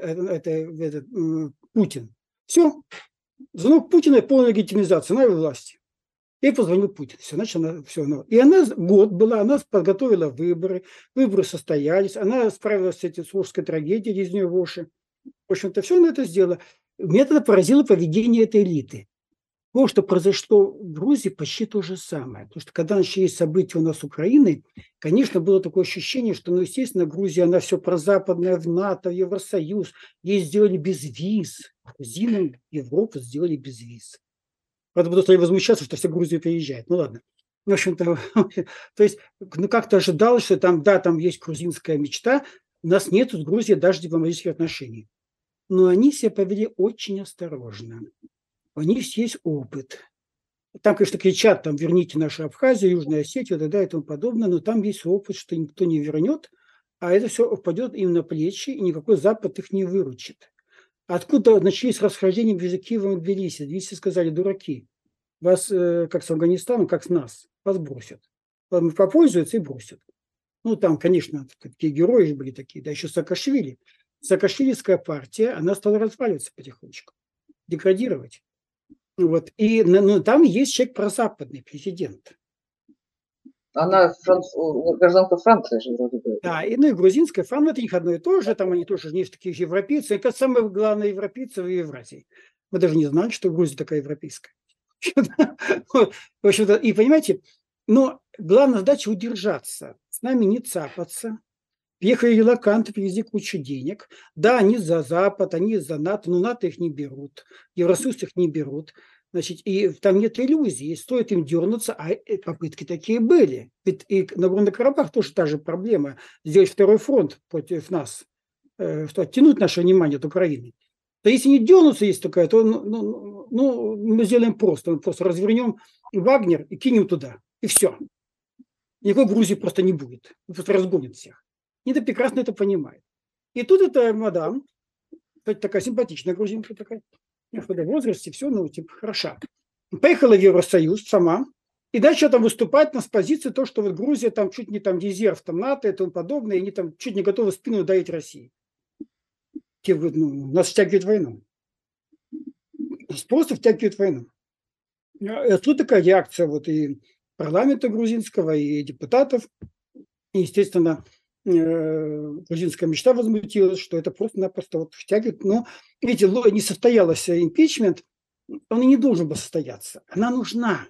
Путин. Все, звонок Путина – полная легитимизация, она в власти. Ей позвонил Путин. Все, значит, она все. И она год была, она подготовила выборы состоялись, она справилась с этой сложной трагедией из нее в Оши. В общем-то, все она это сделала. Меня тогда поразило поведение этой элиты. То, что произошло в Грузии, почти то же самое. Потому что когда начались события у нас с Украиной, конечно, было такое ощущение, что, ну, естественно, Грузия, она все прозападная, в НАТО, в Евросоюз. Ей сделали без виз. Грузинам Европу сделали без виз. Правда, будут они возмущаться, что все Грузии приезжают. Ну, ладно. В общем-то, то есть, ну, как-то ожидалось, что там, да, там есть грузинская мечта. У нас нет с Грузией даже дипломатических отношений. Но они себя повели очень осторожно. У них есть опыт. Там, конечно, кричат, там, верните нашу Абхазию, Южную Осетию, тогда и тому подобное, но там есть опыт, что никто не вернет, а это все упадет им на плечи, и никакой Запад их не выручит. Откуда начались расхождения между Киевом и Тбилиси? Тбилиси сказали: дураки, вас, как с Афганистаном, как с нас, вас бросят. Попользуются и бросят. Ну, там, конечно, такие герои были такие, да еще Саакашвили. Саакашвилиская партия, она стала разваливаться потихонечку, деградировать. Вот. И ну, там есть человек прозападный, президент. Она гражданка Франции же вроде бы. Да, и, ну и грузинская фан, это у них одно и то же, там они тоже не такие европейцы, это самые главные европейцы в Евразии. Мы даже не знали, что Грузия такая европейская. В общем-то, и понимаете, но главная задача удержаться, с нами не цапаться. Приехали релоканты, привезли кучу денег. Да, они за Запад, они за НАТО, но НАТО их не берут, Евросоюз их не берут. Значит, и там нет иллюзий, стоит им дернуться, а попытки такие были. Ведь и на Нагорно-Карабах тоже та же проблема, сделать второй фронт против нас, что оттянуть наше внимание от Украины. Да если не дернуться есть такая, то мы сделаем просто. Мы просто развернем Вагнер и кинем туда. И все. Никакой Грузии просто не будет. Просто разгонят всех. И это прекрасно это понимает. И тут эта мадам, кстати, такая симпатичная грузинка такая, в возрасте, все, ну, типа, хороша. Поехала в Евросоюз сама и начала там выступать с позиции то, что вот Грузия там чуть не там резерв там НАТО и тому подобное, и они там чуть не готовы спину давить России. Ну, нас втягивает в войну. Нас просто втягивает в войну. И тут такая реакция вот и парламента грузинского, и депутатов. И, естественно, грузинская мечта возмутилась, что это просто-напросто вот втягивает. Но, видите, не состоялся импичмент, он и не должен был состояться. Она нужна.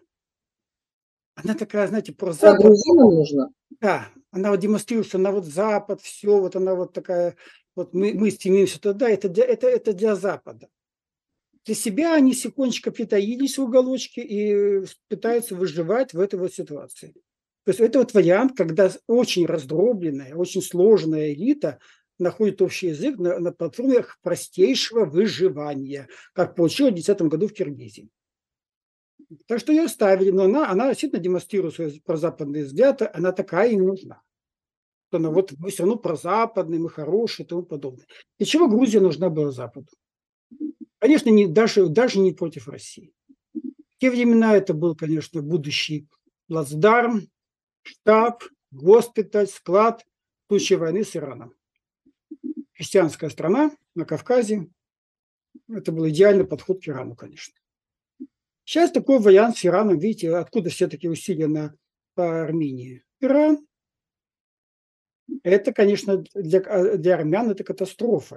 Она такая, знаете, про А Запад. грузинам нужно? Да, она вот демонстрирует, что она вот Запад, все, вот она вот такая, вот мы стремимся туда, это для Запада. Для себя они тихонечко притаились в уголочке и пытаются выживать в этой вот ситуации. То есть это вот вариант, когда очень раздробленная, очень сложная элита находит общий язык на платформе простейшего выживания, как получилось в 2010 году в Киргизии. Так что ее оставили, но она действительно демонстрирует свой прозападный взгляд, она такая и нужна. Она вот мы все равно прозападные, мы хорошие и тому подобное. Для чего Грузия нужна была Западу? Конечно, даже не против России. В те времена это был, конечно, будущий плацдарм, штаб, госпиталь, склад в случае войны с Ираном. Христианская страна на Кавказе. Это был идеальный подход к Ирану, конечно. Сейчас такой вариант с Ираном, видите, откуда все-таки усилия по Армении. Иран. Это, конечно, для армян это катастрофа.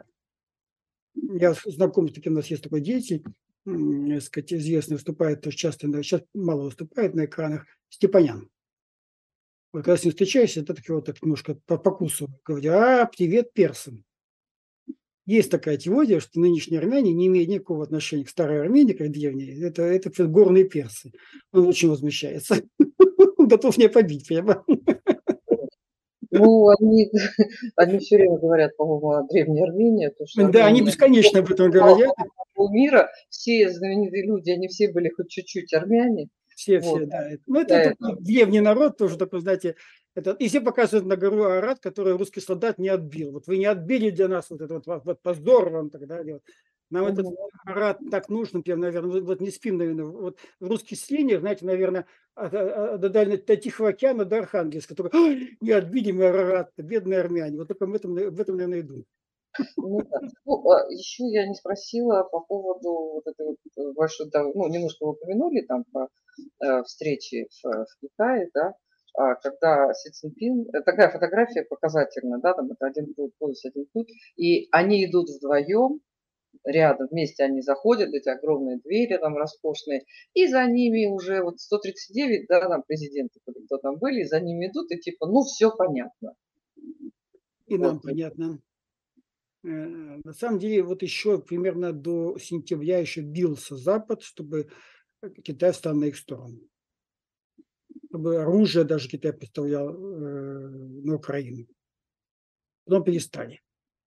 Я знаком с таким, у нас есть такой деятель, сказать, известный, выступает часто, сейчас мало выступает на экранах, Степанян. Вот когда с ним встречаешься, это так его так немножко покусываю. Говорю: привет персам. Есть такая теория, что нынешние армяне не имеют никакого отношения к старой Армении, как древней. Это горные персы. Он очень возмущается. Он готов меня побить прямо. Ну, они все время говорят, по-моему, о Древней Армении, то, что Да, они Армения бесконечно об этом говорят. мира, все знаменитые люди, они все были хоть чуть-чуть армяне. Все, Вот. да. Ну, это такой древний народ тоже такой, знаете, и все показывают на гору Арарат, которую русский солдат не отбил. Вот вы не отбили для нас вот это вот позор вам тогда. Нам этот Арарат так нужен, прям, наверное, вот не спим, наверное. Вот в русских селениях, знаете, наверное, до Тихого океана, до Архангельска. Только не отбили мы Арарат, бедные армяне. Вот только в этом, наверное, и думаю. Еще я не спросила по поводу вот этой вот большой, немножко вы упомянули там по встречи в Китае, да, когда Си Цзиньпин, такая фотография показательная, да, там это один пояс, один путь, и они идут вдвоем, рядом, вместе они заходят, эти огромные двери там роскошные, и за ними уже вот 139, да, там президенты, кто там были, за ними идут, и типа, все понятно. И нам понятно. На самом деле, вот еще примерно до сентября еще бился Запад, чтобы Китай встал на их сторону. Чтобы оружие даже Китай поставлял на Украину. Потом перестали.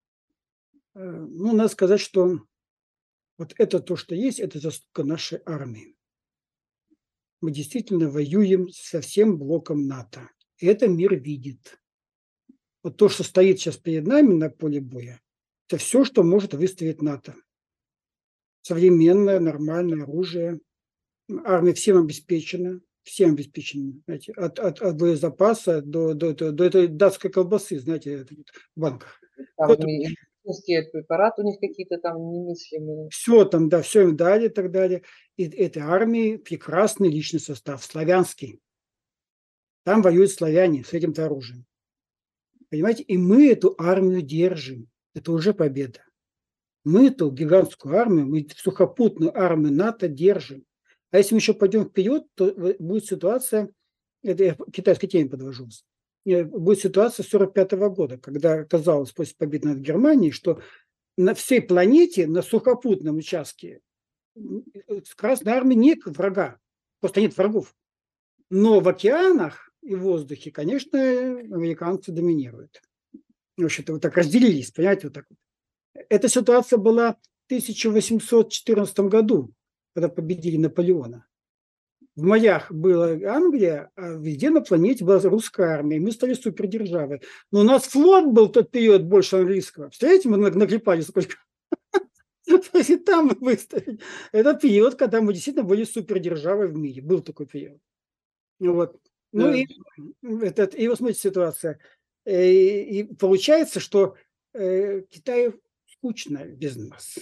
Надо сказать, что вот это то, что есть, это заслуга нашей армии. мы действительно воюем со всем блоком НАТО. И это мир видит. Вот то, что стоит сейчас перед нами на поле боя, это все, что может выставить НАТО. Современное, нормальное оружие. Армия всем обеспечена, знаете, от боезапаса до этой датской колбасы, знаете, в банках. Там Кто-то и медицинские препараты у них какие-то там немыслимые. все там, да, все им дали и так далее. И этой армии прекрасный личный состав, славянский. Там воюют славяне с этим-то оружием. Понимаете? И мы эту армию держим. Это уже победа. Мы эту гигантскую армию, мы сухопутную армию НАТО держим. А если мы еще пойдем вперед, то будет ситуация, это я к китайской теме подвожу, будет ситуация 1945 года, когда казалось после победы над Германией, что на всей планете, на сухопутном участке Красной армии нет врага, просто нет врагов. Но в океанах и в воздухе, конечно, американцы доминируют. В общем-то, вот так разделились, понимаете, вот так вот. Эта ситуация была в 1814 году, когда победили Наполеона. В морях была Англия, а везде на планете была русская армия. И мы стали супердержавой. Но у нас флот был в тот период больше английского. Представляете, мы наклепали сколько. И там мы выставили. Это период, когда мы действительно были супердержавой в мире. Был такой период. Вот. Ну Да. и вот смотрите, ситуация. И получается, что Китаю скучно без нас.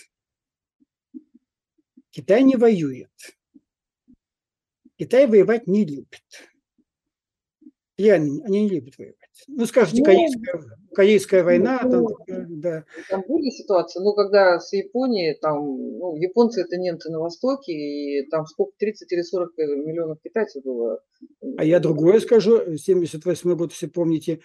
Китай не воюет. Китай воевать не любит. Реально, они не любят воевать. Ну, скажите, Ну, корейская война, там, ну, да. там были ситуации, но когда с Японией, там, ну, японцы это немцы на Востоке, и там сколько, 30 или 40 миллионов китайцев было. А я другое скажу. 78 год, все помните,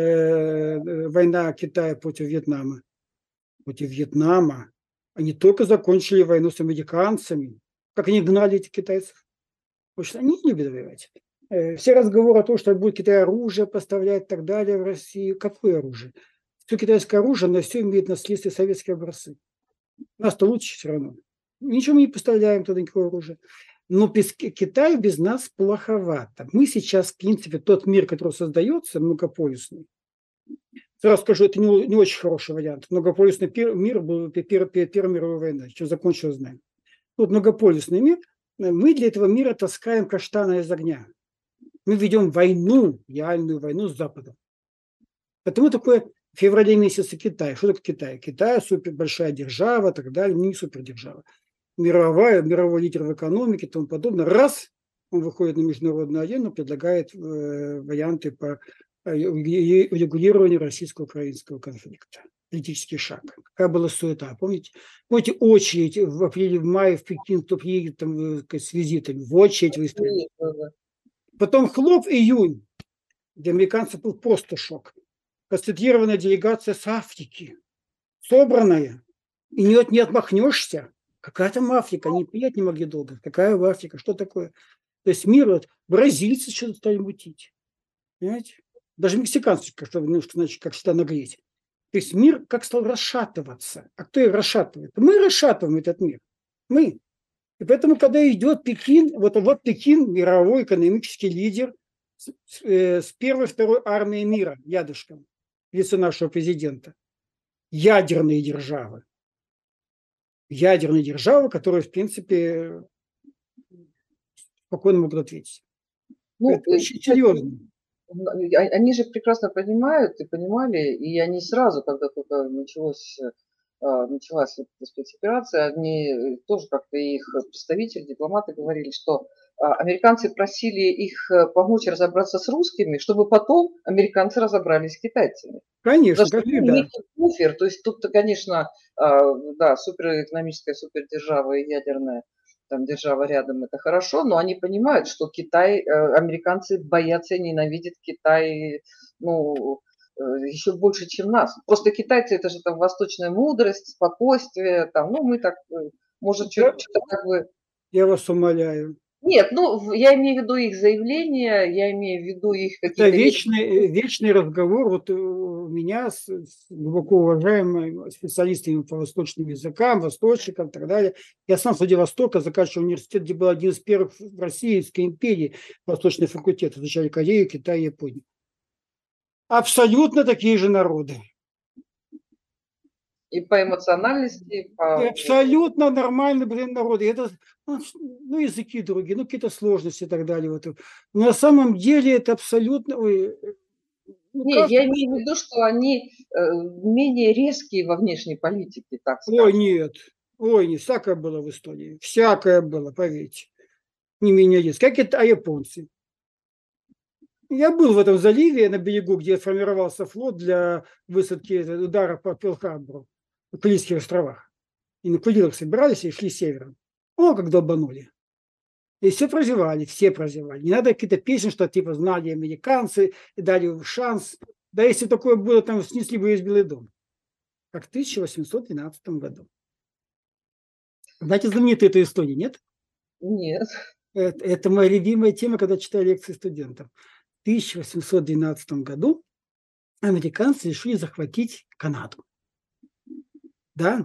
война Китая против Вьетнама. Против Вьетнама. Они только закончили войну с американцами. Как они гнали этих китайцев? Потому что они не любят воевать. Все разговоры о том, что будет Китай оружие поставлять и так далее в Россию. Какое оружие? Все китайское оружие, но все имеет наследство советские образцы. Нас-то лучше все равно. Ничего мы не поставляем туда, никакого оружия. Но Китай без нас плоховато. Мы сейчас, в принципе, тот мир, который создается, многополюсный, сразу скажу, это не очень хороший вариант. Многополюсный мир был Первой мировой войной, что закончилось, знаем. Вот многополюсный мир, мы для этого мира таскаем каштаны из огня. Мы ведем войну, реальную войну с Западом. Потому такое в феврале месяце Китай. Что такое Китай? Китай супер большая держава, так далее, не супердержава. Мировой лидер в экономике и тому подобное. Раз, он выходит на международную арену, предлагает варианты по урегулированию российско-украинского конфликта. Политический шаг. Какая была суета, помните? Помните очередь в апреле, в мае в Пекин, кто приедет там с визитами, в очередь выстроили. Потом хлоп, июнь, для американцев был просто шок. Концентрированная делегация с Африки, собранная, и не отмахнешься. Какая там Африка? Они приехать не могли долго. Какая Африка? Что такое? То есть мир, вот, бразильцы что-то стали мутить. Понимаете? Даже мексиканцы как-то немножко, значит, как всегда, нагреть. То есть мир как стал расшатываться. А кто его расшатывает? Мы расшатываем этот мир. Мы. И поэтому, когда идет Пекин, вот Пекин, мировой экономический лидер с первой, второй армией мира, рядышком, в лице нашего президента. Ядерные державы. Ядерные державы, которые, в принципе, спокойно могут ответить. Ну, это очень серьезно. Они же прекрасно понимают и понимали, и они сразу, когда только началась эта спецоперация, они тоже как-то их представители, дипломаты говорили, что американцы просили их помочь разобраться с русскими, чтобы потом американцы разобрались с китайцами. Конечно, Потому как что всегда. некий буфер, то есть тут-то, конечно, да, суперэкономическая супердержава и ядерная там держава рядом, это хорошо, но они понимают, что Китай, американцы боятся и ненавидят Китай, ну, еще больше, чем нас. Просто китайцы это же там восточная мудрость, спокойствие, там, ну, мы так, может, Я, что-то как бы. я вас умоляю. Нет, ну, я имею в виду их заявления, я имею в виду их Это какие-то вечный разговор. Вот у меня с глубоко уважаемыми специалистами по восточным языкам, восточникам и так далее. Я сам с Владивостока заканчивал университет, где был один из первых в Российской империи восточный факультет. Изучали Корею, Китай, Японию. Абсолютно такие же народы. и по эмоциональности, и И по абсолютно нормальные, блин, народы. Это, ну, языки другие, ну, какие-то сложности и так далее. Вот. Но на самом деле это абсолютно... ну, Не, каждый я имею в виду, что они, менее резкие во внешней политике, так Ой, скажем. нет. Ой, не всякое было в истории. Всякое было, поверьте. Не менее есть. Как это, японцы? Я был в этом заливе на берегу, где формировался флот для высадки удара по Перл-Харбору, на Курильских островах. И на Курилах собирались и шли севером. О, как долбанули. И все прозевали, все прозевали. Не надо какие-то песни, что типа знали американцы и дали шанс. Да если такое было, там снесли бы весь Белый дом. Как в 1812 году. Знаете знаменитую эту историю, нет? Нет. Это моя любимая тема, когда читаю лекции студентам. В 1812 году американцы решили захватить Канаду. Да?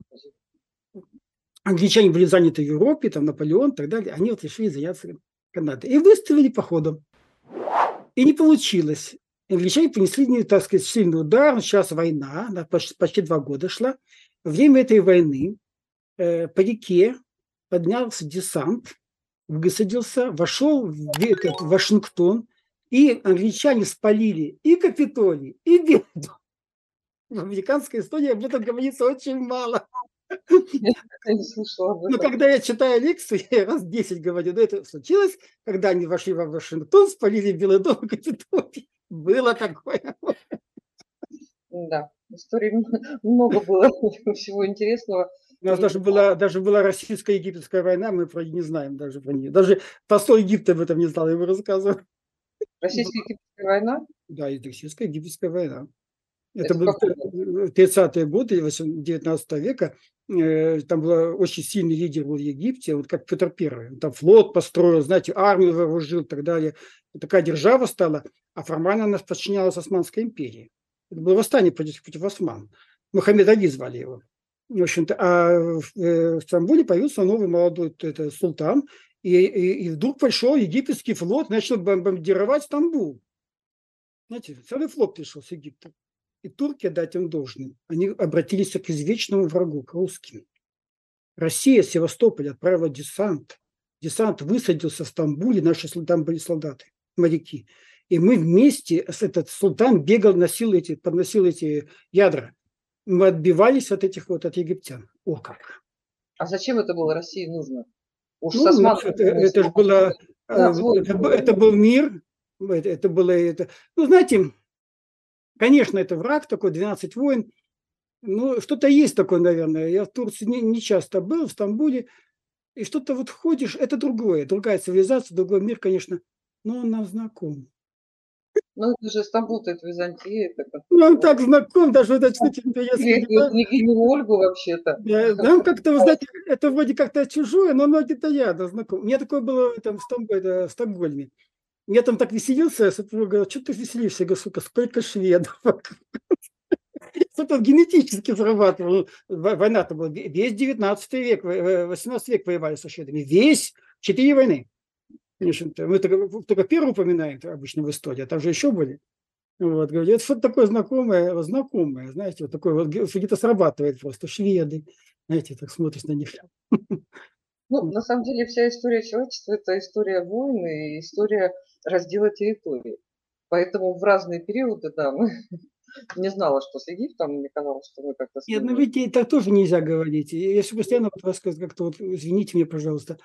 Англичане были заняты в Европе, там Наполеон и так далее. Они вот решили заняться Канадой. И выставили походом. И не получилось. Англичане понесли, так сказать, сильный удар. Сейчас война, она почти 2 года шла. Во время этой войны по реке поднялся десант, высадился, вошел в этот Вашингтон, и англичане спалили и Капитолий, и Белый дом. В американской истории об этом говорится очень мало. Я никогда не слышала об Но этом. когда я читаю лекцию, я раз 10 говорю, да, это случилось, когда они вошли в Вашингтон, спалили Белый дом и Капитолий. Было такое. Да, историй много было всего интересного. У нас И даже была российско-египетская война, мы про нее не знаем даже про нее. Даже посол Египта об этом не знал, я ему рассказывал. Российско-египетская война — Да, и российско-египетская война. Это это в был каком году? 30-е годы 19 века. Там был очень сильный лидер был в Египте, вот как Петр Первый. Он там флот построил, знаете, армию вооружил и так далее. И такая держава стала, а формально она подчинялась Османской империи. Это было восстание против осман. Мухаммед Али звали его. В общем-то, в Стамбуле появился новый молодой султан, и вдруг пошел египетский флот, начал бомбардировать Стамбул. Знаете, целый флот пришел с Египта. И турки, дать им должным, они обратились к извечному врагу, к русским. Россия, Севастополь отправила десант. Десант высадился в Стамбуле, наши там были солдаты, моряки. И мы вместе, этот султан бегал, подносил эти ядра. Мы отбивались от этих вот, от египтян. О как! А зачем это было России нужно? Уж с Ну, османами это же было, 12 войн это было. был мир, это было, ну, знаете, конечно, это враг такой, 12 войн. Ну, что-то есть такое, наверное. Я в Турции не часто был, в Стамбуле, и что-то вот ходишь, это другое, другая цивилизация, другой мир, конечно, но он нам знаком. Ну, это же Стамбул-то, это Византия, это как Ну, он так знаком, даже вот там эти турецкие или дела. княгиню Ольгу вообще-то. Нам как-то, вы знаете, это вроде как-то чужое, но ноги-то я да, знаком. У меня такое было там, в Стокгольме. Я там так веселился, супруга говорит, что ты веселишься? Я говорю, сука, сколько шведов. Что-то генетически срабатывало. Война-то была. Весь 19 век, 18 век воевали со шведами. Весь 4 войны. Конечно, мы только первую упоминаем обычно в истории, а там же еще были. Вот, говорю, это что-то такое знакомое, знаете, вот такое вот где-то срабатывает просто. Шведы, знаете, так смотришь на них. Ну, на самом деле, вся история человечества — это история войн и история раздела территорий. Поэтому в разные периоды, да, мы не знала, что с Египтом, мне казалось, что мы как-то с Нет, ну ними. ведь так тоже нельзя говорить. Если постоянно вот рассказывать как-то, вот, извините меня, пожалуйста,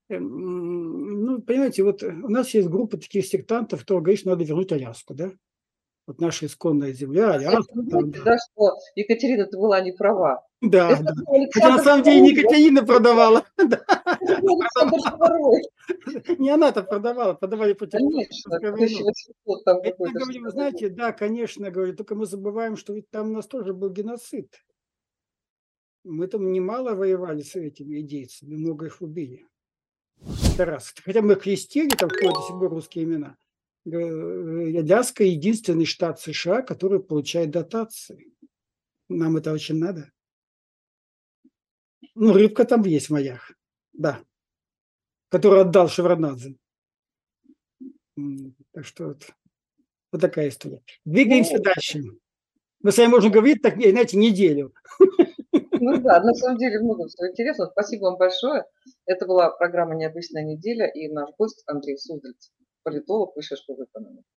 ну, понимаете, вот у нас есть группа таких сектантов, кто говорит, что надо вернуть Аляску, да? Вот наша исконная земля, А вы Аляска. понимаете, да, что Екатерина-то была не права. Да, Это да. был Хотя на Александр самом деле не II, Екатерина продавала. Да. это был Александр II. Не она-то продавала, продавали против Конечно, гражданской войны. 1800 там А я какой-то говорю, вы что-то году. знаете, да, конечно, говорю, только мы забываем, что ведь там у нас тоже был геноцид. Мы там немало воевали с этими идейцами, много их убили. Это раз. Хотя мы крестили, там входят до сих пор русские имена. Аляска – единственный штат США, который получает дотации. Нам это очень надо. Ну, рыбка там есть в маях, да, которую отдал Шеварднадзе. Так что вот такая история. Двигаемся Ну, дальше. Мы с вами можем говорить так, знаете, неделю. ну да, на самом деле много всего интересного. Спасибо вам большое. Это была программа «Необычная неделя» и наш гость Андрей Суздальц, политолог Высшей школы экономики.